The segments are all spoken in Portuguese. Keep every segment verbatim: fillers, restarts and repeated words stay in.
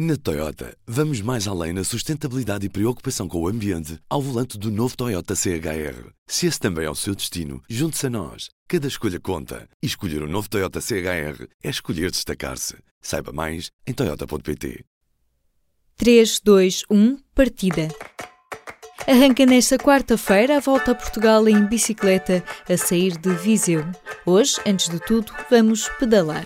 Na Toyota, vamos mais além na sustentabilidade e preocupação com o ambiente ao volante do novo Toyota C H R. Se esse também é o seu destino, junte-se a nós. Cada escolha conta. E escolher o novo Toyota C H R é escolher destacar-se. Saiba mais em toyota ponto pt. três, dois, um, partida. Arranca nesta quarta-feira a volta a Portugal em bicicleta a sair de Viseu. Hoje, antes de tudo, vamos pedalar.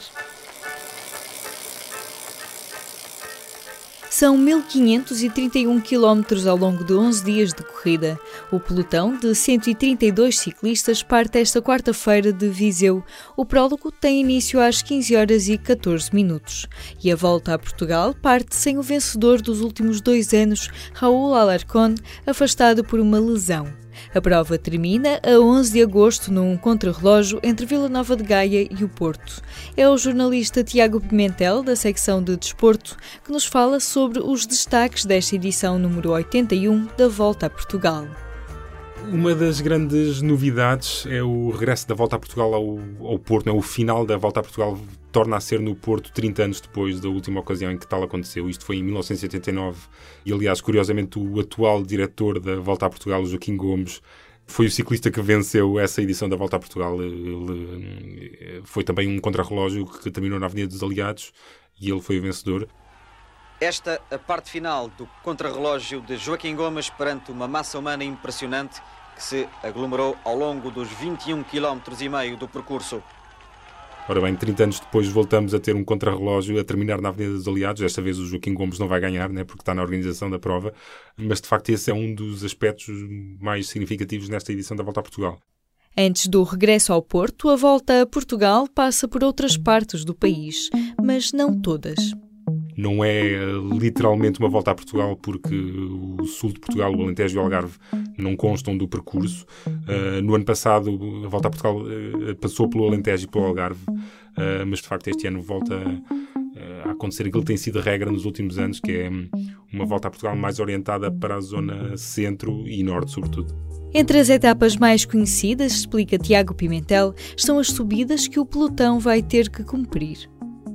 São mil quinhentos e trinta e um quilómetros ao longo de onze dias de corrida. O pelotão de cento e trinta e dois ciclistas parte esta quarta-feira de Viseu. O prólogo tem início às quinze horas e catorze minutos. E a volta a Portugal parte sem o vencedor dos últimos dois anos, Raul Alarcón, afastado por uma lesão. A prova termina a onze de agosto num contrarrelógio entre Vila Nova de Gaia e o Porto. É o jornalista Tiago Pimentel, da secção de Desporto, que nos fala sobre os destaques desta edição número oitenta e um da Volta a Portugal. Uma das grandes novidades é o regresso da Volta a Portugal ao, ao Porto, não é? O final da Volta a Portugal torna a ser no Porto trinta anos depois da última ocasião em que tal aconteceu. Isto foi em mil novecentos e oitenta e nove e, aliás, curiosamente, o atual diretor da Volta a Portugal, o Joaquim Gomes, foi o ciclista que venceu essa edição da Volta a Portugal. Ele foi também um contrarrelógio que terminou na Avenida dos Aliados e ele foi o vencedor. Esta a parte final do contrarrelógio de Joaquim Gomes perante uma massa humana impressionante que se aglomerou ao longo dos vinte e um quilómetros e meio do percurso. Ora bem, trinta anos depois voltamos a ter um contrarrelógio a terminar na Avenida dos Aliados. Desta vez o Joaquim Gomes não vai ganhar, né, porque está na organização da prova, mas de facto esse é um dos aspectos mais significativos nesta edição da Volta a Portugal. Antes do regresso ao Porto, a Volta a Portugal passa por outras partes do país, mas não todas. Não é literalmente uma volta a Portugal porque o sul de Portugal, o Alentejo e o Algarve não constam do percurso. Uh, no ano passado a Volta a Portugal uh, passou pelo Alentejo e pelo Algarve, uh, mas de facto este ano volta uh, a acontecer aquilo que tem sido a regra nos últimos anos, que é uma Volta a Portugal mais orientada para a zona centro e norte sobretudo. Entre as etapas mais conhecidas, explica Tiago Pimentel, estão as subidas que o pelotão vai ter que cumprir.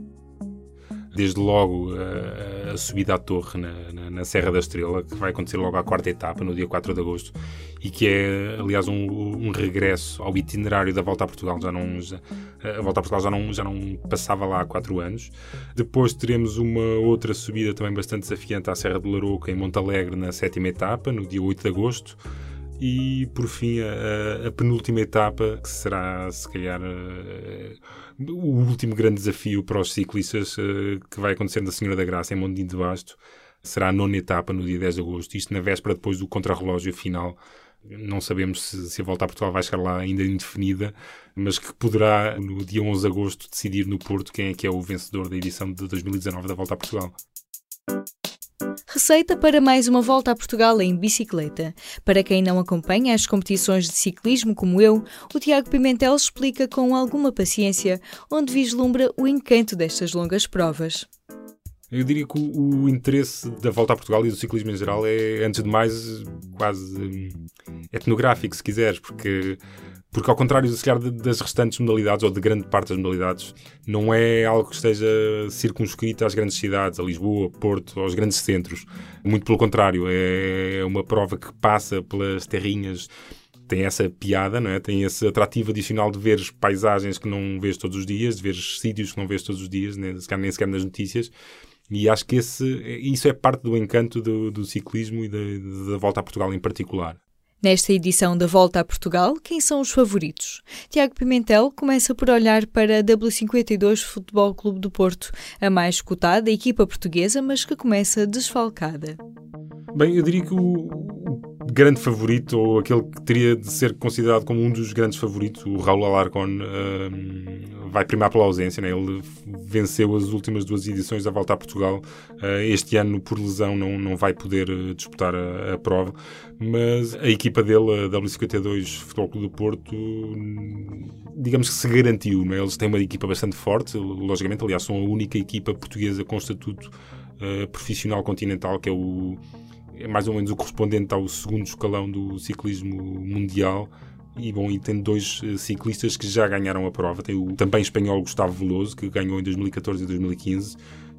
Desde logo a, a subida à torre na, na, na Serra da Estrela, que vai acontecer logo à quarta etapa, no dia quatro de agosto, e que é, aliás, um, um regresso ao itinerário da Volta a Portugal. Já não, já, a Volta a Portugal já não, já não passava lá há quatro anos. Depois teremos uma outra subida também bastante desafiante à Serra de Larouca, em Montalegre, na sétima etapa, no dia oito de agosto. E, por fim, a, a penúltima etapa, que será, se calhar, uh, o último grande desafio para os ciclistas, uh, que vai acontecer na Senhora da Graça, em Mondim de Basto, será a nona etapa, no dia dez de agosto. Isto na véspera depois do contrarrelógio final. Não sabemos se, se a Volta a Portugal vai chegar lá ainda indefinida, mas que poderá, no dia onze de agosto, decidir no Porto quem é que é o vencedor da edição de dois mil e dezanove da Volta a Portugal. Receita para mais uma Volta a Portugal em bicicleta. Para quem não acompanha as competições de ciclismo como eu, o Tiago Pimentel explica com alguma paciência onde vislumbra o encanto destas longas provas. Eu diria que o, o interesse da Volta a Portugal e do ciclismo em geral é, antes de mais, quase hum, etnográfico, se quiseres, porque... Porque, ao contrário, se calhar, das restantes modalidades, ou de grande parte das modalidades, não é algo que esteja circunscrito às grandes cidades, a Lisboa, Porto, aos grandes centros. Muito pelo contrário, é uma prova que passa pelas terrinhas, tem essa piada, não é? Tem esse atrativo adicional de ver paisagens que não vês todos os dias, de ver sítios que não vês todos os dias, nem sequer, nem sequer nas notícias. E acho que esse, isso é parte do encanto do, do ciclismo e da, da Volta a Portugal em particular. Nesta edição da Volta a Portugal, quem são os favoritos? Tiago Pimentel começa por olhar para a W cinquenta e dois Futebol Clube do Porto, a mais cotada equipa portuguesa, mas que começa desfalcada. Bem, eu diria que o grande favorito, ou aquele que teria de ser considerado como um dos grandes favoritos, o Raul Alarcón, uh, vai primar pela ausência, né? Ele venceu as últimas duas edições da Volta a Portugal. Uh, este ano, por lesão, não, não vai poder uh, disputar a, a prova, mas a equipa dele, a W cinquenta e dois Futebol Clube do Porto, digamos que se garantiu, né? Eles têm uma equipa bastante forte, logicamente, aliás, são a única equipa portuguesa com estatuto uh, profissional continental, que é o é mais ou menos o correspondente ao segundo escalão do ciclismo mundial. E, bom, e tem dois uh, ciclistas que já ganharam a prova. Tem o também espanhol Gustavo Veloso, que ganhou em dois mil e catorze e dois mil e quinze,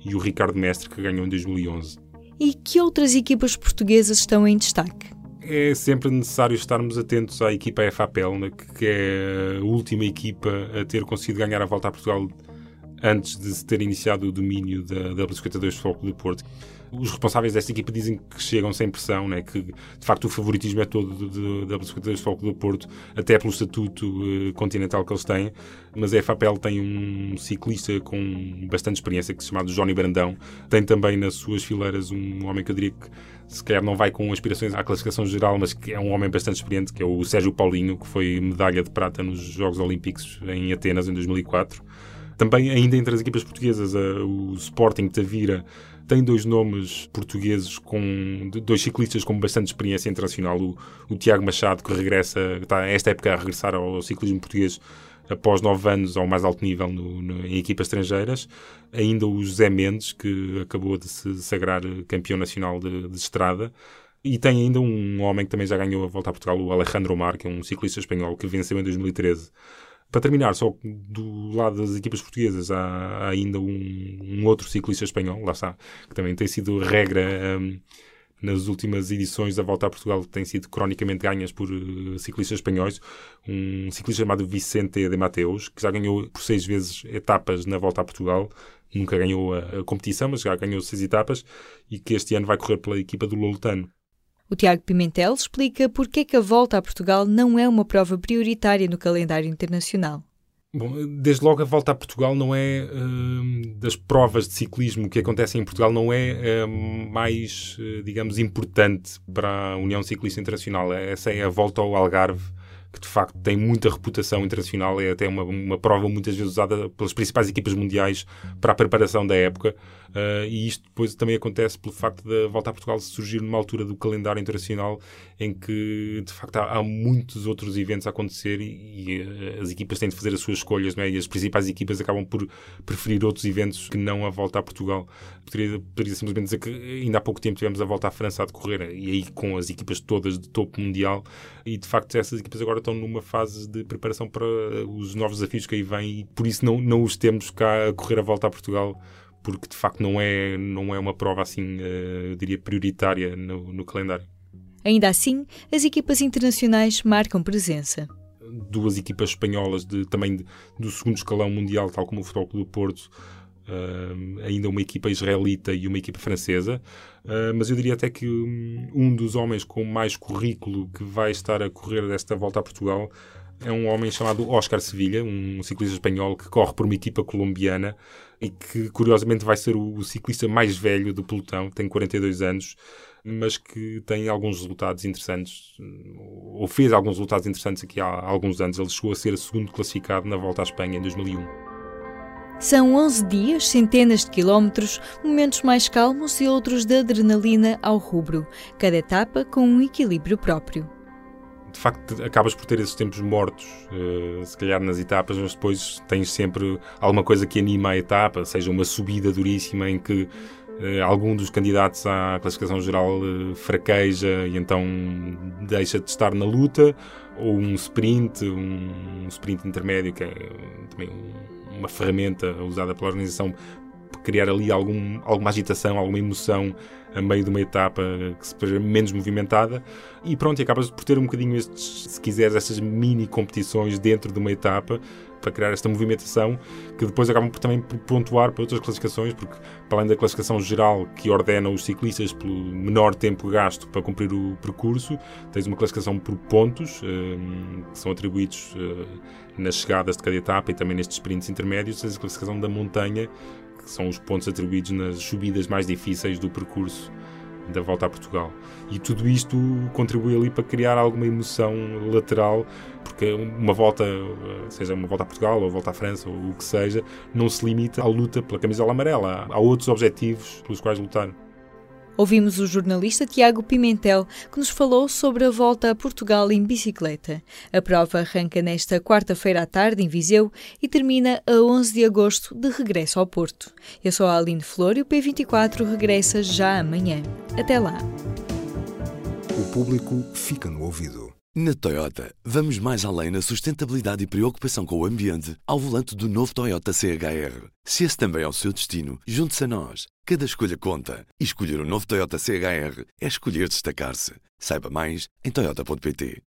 e o Ricardo Mestre, que ganhou em dois mil e onze. E que outras equipas portuguesas estão em destaque? É sempre necessário estarmos atentos à equipa F A P E L, né, que é a última equipa a ter conseguido ganhar a Volta a Portugal antes de se ter iniciado o domínio da W cinquenta e dois Futebol Clube do Porto. Os responsáveis desta equipa dizem que chegam sem pressão, né, que de facto o favoritismo é todo da W cinquenta e dois Futebol Clube do Porto, até pelo estatuto uh, continental que eles têm, mas a F A P E L tem um ciclista com bastante experiência, que se chama Johnny Brandão. Tem também nas suas fileiras um homem que eu diria que se calhar não vai com aspirações à classificação geral, mas que é um homem bastante experiente, que é o Sérgio Paulinho, que foi medalha de prata nos Jogos Olímpicos em Atenas em dois mil e quatro. Também, ainda entre as equipas portuguesas, o Sporting Tavira tem dois nomes portugueses, com dois ciclistas com bastante experiência internacional. O, o Tiago Machado, que regressa, está esta época a regressar ao ciclismo português após nove anos ao mais alto nível no, no, em equipas estrangeiras. Ainda o José Mendes, que acabou de se sagrar campeão nacional de, de estrada. E tem ainda um homem que também já ganhou a Volta a Portugal, o Alejandro Mar, que é um ciclista espanhol que venceu em dois mil e treze. Para terminar, só do lado das equipas portuguesas há, há ainda um, um outro ciclista espanhol, lá está, que também tem sido regra um, nas últimas edições da Volta a Portugal, que têm sido cronicamente ganhas por uh, ciclistas espanhóis, um ciclista chamado Vicente de Mateus, que já ganhou por seis vezes etapas na Volta a Portugal, nunca ganhou a, a competição, mas já ganhou seis etapas, e que este ano vai correr pela equipa do Lolotano. O Tiago Pimentel explica porque é que a Volta a Portugal não é uma prova prioritária no calendário internacional. Bom, desde logo a Volta a Portugal não é, uh, das provas de ciclismo que acontecem em Portugal, não é uh, mais, uh, digamos, importante para a União Ciclista Internacional. Essa é a Volta ao Algarve, que de facto tem muita reputação internacional, é até uma, uma prova muitas vezes usada pelas principais equipas mundiais para a preparação da época, uh, e isto depois também acontece pelo facto da Volta a Portugal surgir numa altura do calendário internacional em que de facto há, há muitos outros eventos a acontecer e, e uh, as equipas têm de fazer as suas escolhas, não é? E as principais equipas acabam por preferir outros eventos que não a Volta a Portugal. Poderia, poderia simplesmente dizer que ainda há pouco tempo tivemos a Volta à França a decorrer, e aí com as equipas todas de topo mundial, e de facto essas equipas agora estão numa fase de preparação para os novos desafios que aí vêm, e por isso não, não os temos cá a correr a Volta a Portugal, porque de facto não é, não é uma prova assim, eu diria, prioritária no, no calendário. Ainda assim, as equipas internacionais marcam presença. Duas equipas espanholas de, também de, do segundo escalão mundial, tal como o Futebol Clube do Porto, Uh, ainda uma equipa israelita e uma equipa francesa, uh, mas eu diria até que um, um dos homens com mais currículo que vai estar a correr desta Volta a Portugal é um homem chamado Óscar Sevilla, um ciclista espanhol que corre por uma equipa colombiana e que curiosamente vai ser o, o ciclista mais velho do pelotão, tem quarenta e dois anos, mas que tem alguns resultados interessantes, ou fez alguns resultados interessantes aqui há, há alguns anos. Ele chegou a ser segundo classificado na Volta à Espanha em dois mil e um. São onze dias, centenas de quilómetros, momentos mais calmos e outros de adrenalina ao rubro, cada etapa com um equilíbrio próprio. De facto, acabas por ter esses tempos mortos, uh, se calhar nas etapas, mas depois tens sempre alguma coisa que anima a etapa, seja uma subida duríssima em que uh, algum dos candidatos à classificação geral uh, fraqueja e então deixa de estar na luta, ou um sprint, um, um sprint intermédio, que é também um uma ferramenta usada pela organização para criar ali algum, alguma agitação, alguma emoção a meio de uma etapa que seja menos movimentada, e pronto, e acabas por ter um bocadinho estes, se quiseres, estas mini competições dentro de uma etapa para criar esta movimentação que depois acabam por, também por pontuar para outras classificações, porque para além da classificação geral que ordena os ciclistas pelo menor tempo gasto para cumprir o percurso, tens uma classificação por pontos um, que são atribuídos uh, nas chegadas de cada etapa e também nestes sprints intermédios. Tens a classificação da montanha, que são os pontos atribuídos nas subidas mais difíceis do percurso da Volta a Portugal. E tudo isto contribui ali para criar alguma emoção lateral, porque uma volta, seja uma Volta a Portugal ou uma Volta à França ou o que seja, não se limita à luta pela camisola amarela. Há outros objetivos pelos quais lutar. Ouvimos o jornalista Tiago Pimentel, que nos falou sobre a Volta a Portugal em bicicleta. A prova arranca nesta quarta-feira à tarde em Viseu e termina a onze de agosto, de regresso ao Porto. Eu sou a Aline Flor e o P vinte e quatro regressa já amanhã. Até lá. O público fica no ouvido. Na Toyota, vamos mais além na sustentabilidade e preocupação com o ambiente ao volante do novo Toyota C H R. Se esse também é o seu destino, junte-se a nós. Cada escolha conta. E escolher o novo Toyota C H R é escolher destacar-se. Saiba mais em toyota ponto pt.